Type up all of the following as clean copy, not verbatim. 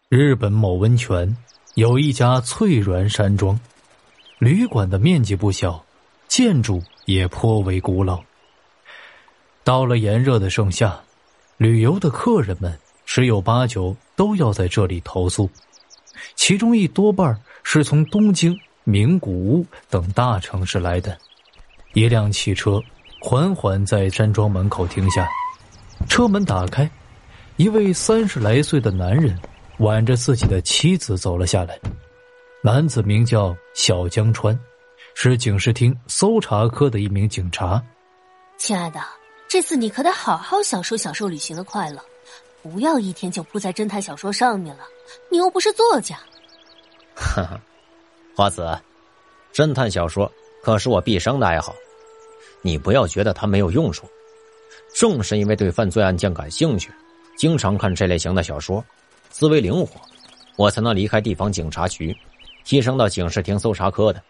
日本某温泉有一家翠峦山庄，旅馆的面积不小，建筑也颇为古老。到了炎热的盛夏，旅游的客人们十有八九都要在这里投宿，其中一多半是从东京、名古屋等大城市来的。一辆汽车缓缓在山庄门口停下，车门打开，一位30来岁的男人挽着自己的妻子走了下来。男子名叫小江川，是警视厅搜查科的一名警察。 亲爱的，这次你可得好好享受旅行的快乐，不要一天就扑在侦探小说上面了，你又不是作家。 哈哈，花子，侦探小说可是我毕生的爱好，你不要觉得它没有用处。正是因为对犯罪案件感兴趣，经常看这类型的小说，思维灵活，我才能离开地方警察局，提升到警视厅搜查科的。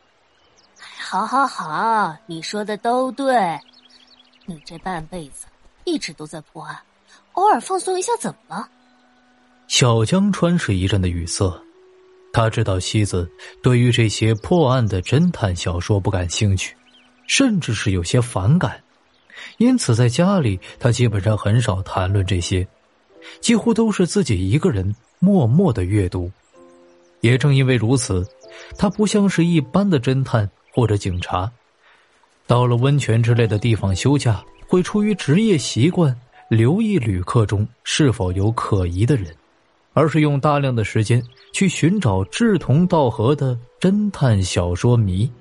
好，你说的都对。你这半辈子一直都在破案，偶尔放松一下怎么了？ 小江川是一阵的语塞，他知道妻子对于这些破案的侦探小说不感兴趣，甚至是有些反感，因此在家里他基本上很少谈论这些，几乎都是自己一个人默默的阅读。也正因为如此，他不像是一般的侦探或者警察，到了温泉之类的地方休假，会出于职业习惯留意旅客中是否有可疑的人，而是用大量的时间去寻找志同道合的侦探小说迷。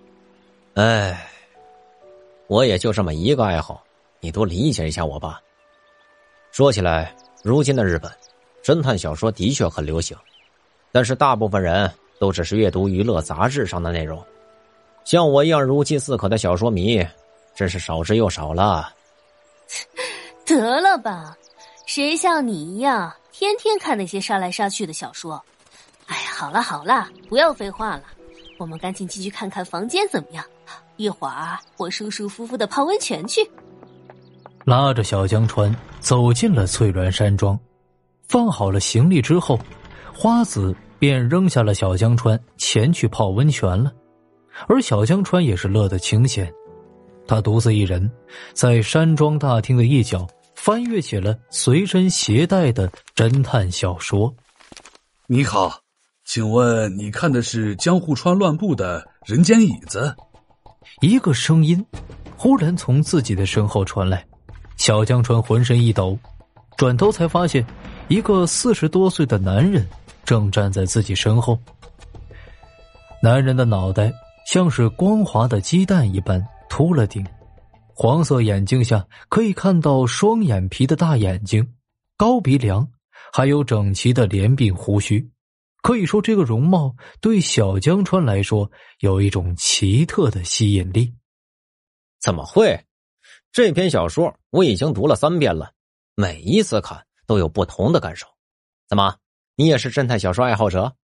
我也就这么一个爱好，你多理解一下我吧。说起来，如今的日本侦探小说的确很流行，但是大部分人都只是阅读娱乐杂志上的内容，像我一样如饥似渴的小说迷真是少之又少了。 得了吧，谁像你一样天天看那些杀来杀去的小说。好了，不要废话了，我们赶紧继续看看房间怎么样，一会儿我舒舒服服的泡温泉去。 拉着小江川走进了翠峦山庄，放好了行李之后，花子便扔下了小江川前去泡温泉了。而小江川也是乐得清闲，他独自一人在山庄大厅的一角翻阅起了随身携带的侦探小说。 你好，请问你看的是江户川乱步的《人间椅子》？ 一个声音忽然从自己的身后传来，小江川浑身一抖，转头才发现一个40多岁的男人正站在自己身后。男人的脑袋像是光滑的鸡蛋一般秃了顶，黄色眼睛下可以看到双眼皮的大眼睛，高鼻梁，还有整齐的连鬓胡须。可以说这个容貌对小江川来说有一种奇特的吸引力。 怎么会？这篇小说我已经读了3遍了，每一次看都有不同的感受。怎么，你也是侦探小说爱好者？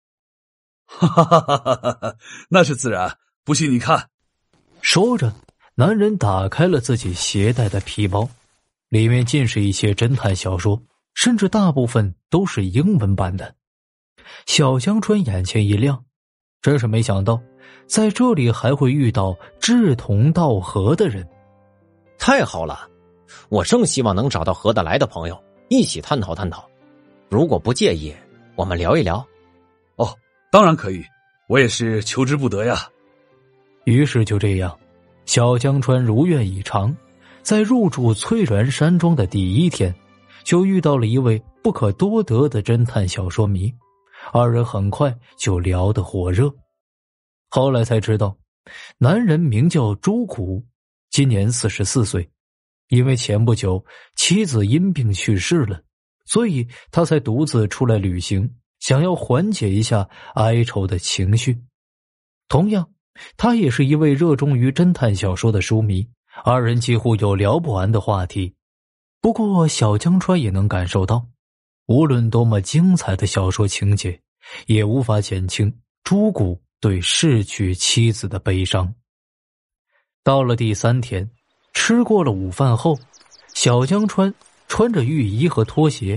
哈，那是自然，不信你看。 说着，男人打开了自己携带的皮包，里面尽是一些侦探小说，甚至大部分都是英文版的。小江川眼前一亮，真是没想到在这里还会遇到志同道合的人。 太好了，我正希望能找到合得来的朋友，一起探讨。如果不介意，我们聊一聊。 哦，当然可以，我也是求之不得呀。 于是就这样，小江川如愿以偿，在入住翠峦山庄的第1天，就遇到了一位不可多得的侦探小说迷，二人很快就聊得火热。后来才知道，男人名叫朱谷，今年44岁，因为前不久妻子因病去世了，所以他才独自出来旅行，想要缓解一下哀愁的情绪。同样，他也是一位热衷于侦探小说的书迷，二人几乎有聊不完的话题。不过小江川也能感受到，无论多么精彩的小说情节，也无法减轻朱谷对逝去妻子的悲伤。到了第3天，吃过了午饭后，小江川穿着浴衣和拖鞋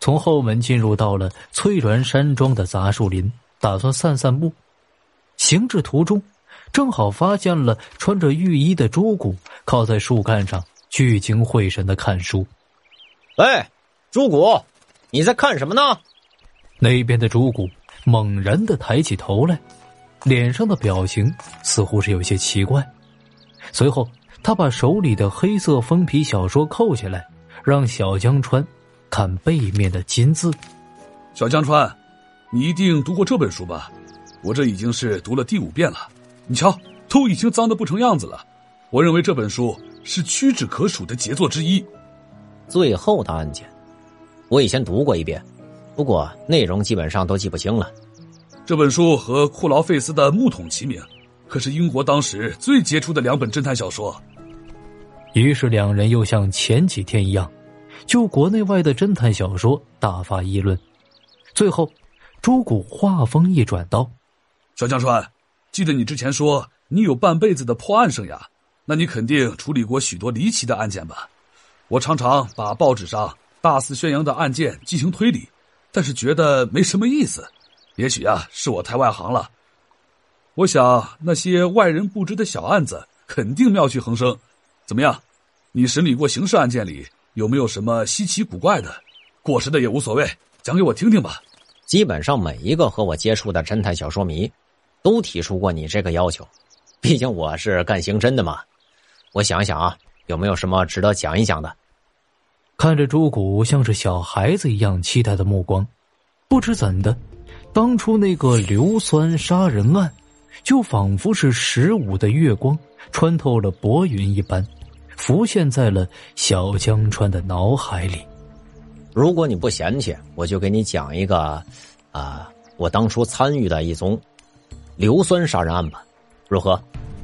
从后门进入到了翠峦山庄的杂树林，打算散散步。行至途中，正好发现了穿着浴衣的朱古靠在树干上聚精会神地看书。 喂，朱古，你在看什么呢？ 那边的朱古猛然地抬起头来，脸上的表情似乎是有些奇怪。随后他把手里的黑色封皮小说扣下来，让小江川看背面的金字。 小江川，你一定读过这本书吧？我这已经是读了第5遍了，你瞧，都已经脏得不成样子了。我认为这本书是屈指可数的杰作之一。 最后的案件，我以前读过1遍，不过内容基本上都记不清了。 这本书和库劳费斯的《木桶》齐名，可是英国当时最杰出的2本侦探小说。 于是两人又像前几天一样，就国内外的侦探小说大发议论。最后朱古话锋一转道： 小江川，记得你之前说你有半辈子的破案生涯，那你肯定处理过许多离奇的案件吧？我常常把报纸上大肆宣扬的案件进行推理，但是觉得没什么意思。也许是我太外行了。我想那些外人不知的小案子肯定妙趣横生。怎么样，你审理过刑事案件里有没有什么稀奇古怪的？过时的也无所谓，讲给我听听吧。 基本上每一个和我接触的侦探小说迷都提出过你这个要求，毕竟我是干刑侦的嘛。我想一想有没有什么值得讲一讲的。 看着朱古像是小孩子一样期待的目光，不知怎的，当初那个硫酸杀人案就仿佛是15的月光穿透了薄云一般，浮现在了小江川的脑海里。 如果你不嫌弃，我就给你讲一个我当初参与的一宗硫酸杀人案吧，如何？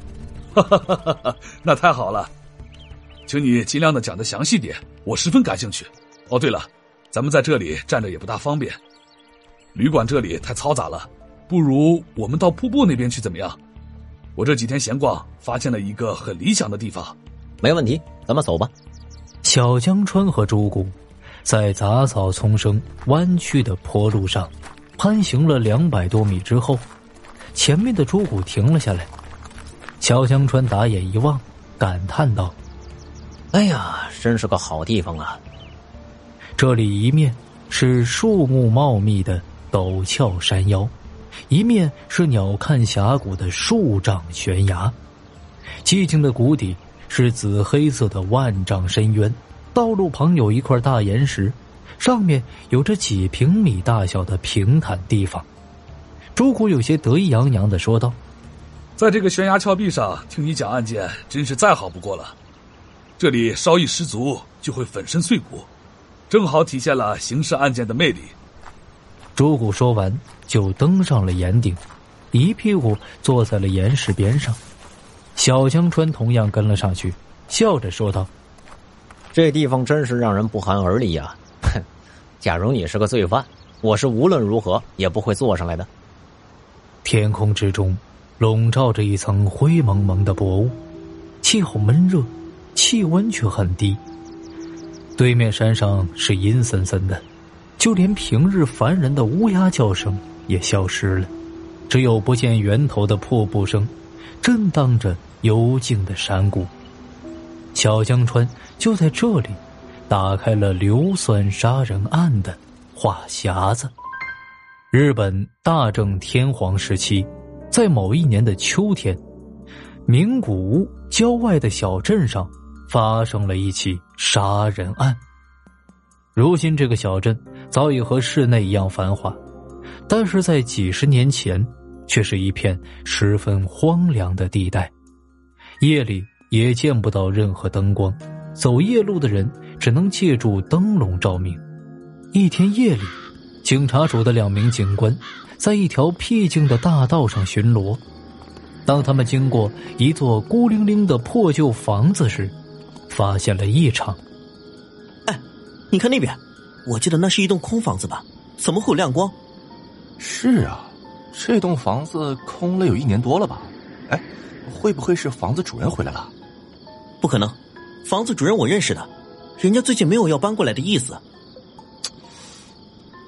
那太好了，请你尽量的讲得详细点，我十分感兴趣。哦，对了，咱们在这里站着也不大方便，旅馆这里太嘈杂了，不如我们到瀑布那边去怎么样？我这几天闲逛，发现了一个很理想的地方。 没问题，咱们走吧。 小江川和朱古在杂草丛生弯曲的坡路上攀行了200多米之后，前面的朱古停了下来。小江川打眼一望，感叹道： 哎呀，真是个好地方啊。 这里一面是树木茂密的陡峭山腰，一面是鸟瞰峡谷的数丈悬崖。寂静的谷底是紫黑色的万丈深渊，道路旁有一块大岩石，上面有着几平米大小的平坦地方。朱古有些得意洋洋地说道： 在这个悬崖峭壁上听你讲案件真是再好不过了，这里稍一失足就会粉身碎骨，正好体现了刑事案件的魅力。 朱古说完就登上了岩顶，一屁股坐在了岩石边上。小江川同样跟了上去，笑着说道： 这地方真是让人不寒而栗啊！哼，假如你是个罪犯，我是无论如何也不会坐上来的。 天空之中笼罩着一层灰蒙蒙的薄雾，气候闷热，气温却很低。对面山上是阴森森的，就连平日烦人的乌鸦叫声也消失了，只有不见源头的瀑布声震荡着幽静的山谷。小江川就在这里打开了硫酸杀人案的话匣子。日本大正天皇时期，在某一年的秋天，名古屋郊外的小镇上发生了一起杀人案。如今这个小镇早已和市内一样繁华，但是在几十年前却是一片十分荒凉的地带，夜里也见不到任何灯光，走夜路的人只能借助灯笼照明。一天夜里，警察署的2名警官在一条僻静的大道上巡逻。当他们经过一座孤零零的破旧房子时，发现了异常。 哎，你看那边，我记得那是一栋空房子吧？怎么会有亮光？ 是啊，这栋房子空了有1年多了吧？哎，会不会是房子主人回来了？ 不可能，房子主人我认识的，人家最近没有要搬过来的意思。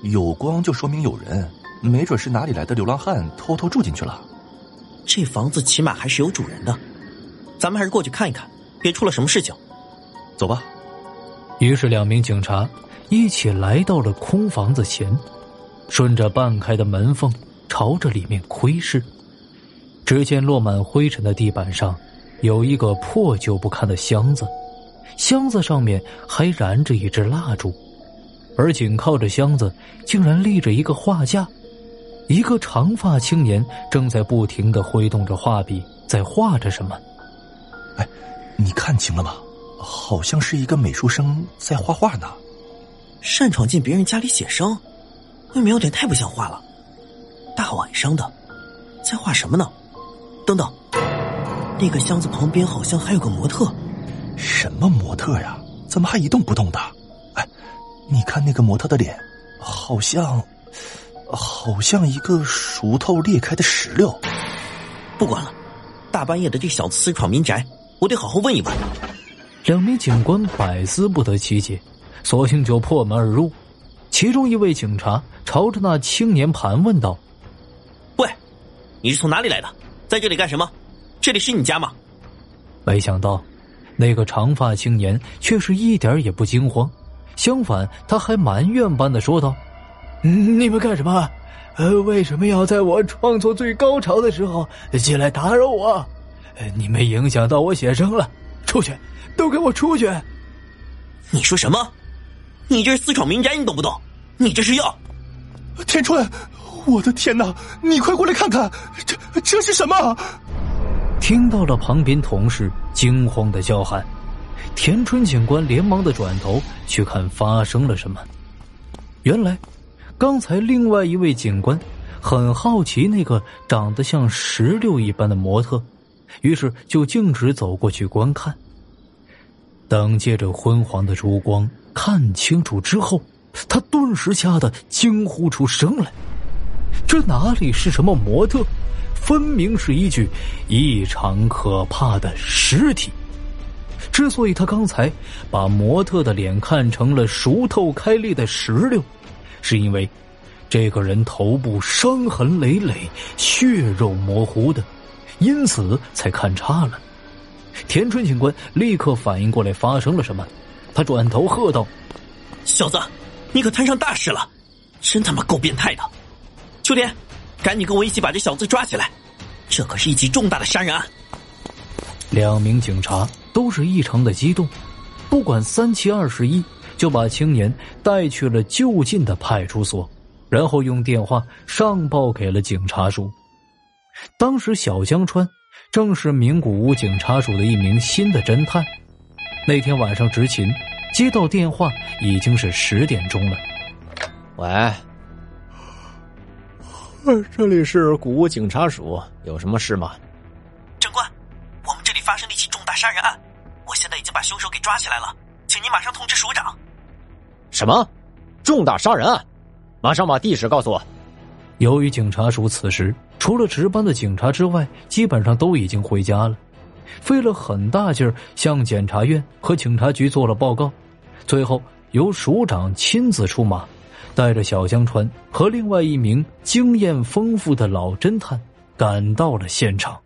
有光就说明有人，没准是哪里来的流浪汉偷偷住进去了。 这房子起码还是有主人的，咱们还是过去看一看，别出了什么事情。 走吧。 于是2名警察一起来到了空房子前，顺着半开的门缝朝着里面窥视。只见落满灰尘的地板上有一个破旧不堪的箱子，箱子上面还燃着一支蜡烛，而紧靠着箱子竟然立着一个画架，一个长发青年正在不停地挥动着画笔，在画着什么。 哎，你看清了吗？好像是一个美术生在画画呢。 擅闯进别人家里写生，未免有点太不像话了。大晚上的，在画什么呢？等等，那个箱子旁边好像还有个模特。 什么模特呀？怎么还一动不动的？哎，你看那个模特的脸，好像一个熟透裂开的石榴。 不管了，大半夜的这小子私闯民宅，我得好好问一问。 2名警官百思不得其解，索性就破门而入。其中一位警察朝着那青年盘问道： 喂，你是从哪里来的？在这里干什么？这里是你家吗？ 没想到那个长发青年却是一点也不惊慌，相反他还埋怨般的说道：你们干什么？为什么要在我创作最高潮的时候进来打扰我？你们影响到我写生了，出去，都给我出去！ 你说什么？你这是私闯民宅，你懂不懂？你这是要…… 田春，我的天哪！你快过来看看，这是什么？ 听到了旁边同事惊慌的叫喊，田春警官连忙的转头去看发生了什么。原来刚才另外一位警官很好奇那个长得像石榴一般的模特，于是就径直走过去观看。等借着昏黄的烛光看清楚之后，他顿时吓得惊呼出声来。这哪里是什么模特，分明是一具异常可怕的尸体。之所以他刚才把模特的脸看成了熟透开裂的石榴，是因为这个人头部伤痕累累，血肉模糊的，因此才看差了。田春警官立刻反应过来发生了什么，他转头喝道： 小子，你可摊上大事了，真他妈够变态的！秋田，赶紧跟我一起把这小子抓起来，这可是一起重大的杀人案。 2名警察都是异常的激动，不管3七21，就把青年带去了就近的派出所，然后用电话上报给了警察署。当时小江川正是名古屋警察署的一名新的侦探，那天晚上执勤，接到电话已经是10点钟了。 喂，这里是古屋警察署，有什么事吗？ 长官，我们这里发生了一起重大杀人案，我现在已经把凶手给抓起来了，请您马上通知署长。 什么？重大杀人案？马上把地址告诉我。 由于警察署此时除了值班的警察之外，基本上都已经回家了，费了很大劲儿向检察院和警察局做了报告，最后由署长亲自出马，带着小江川和另外一名经验丰富的老侦探赶到了现场。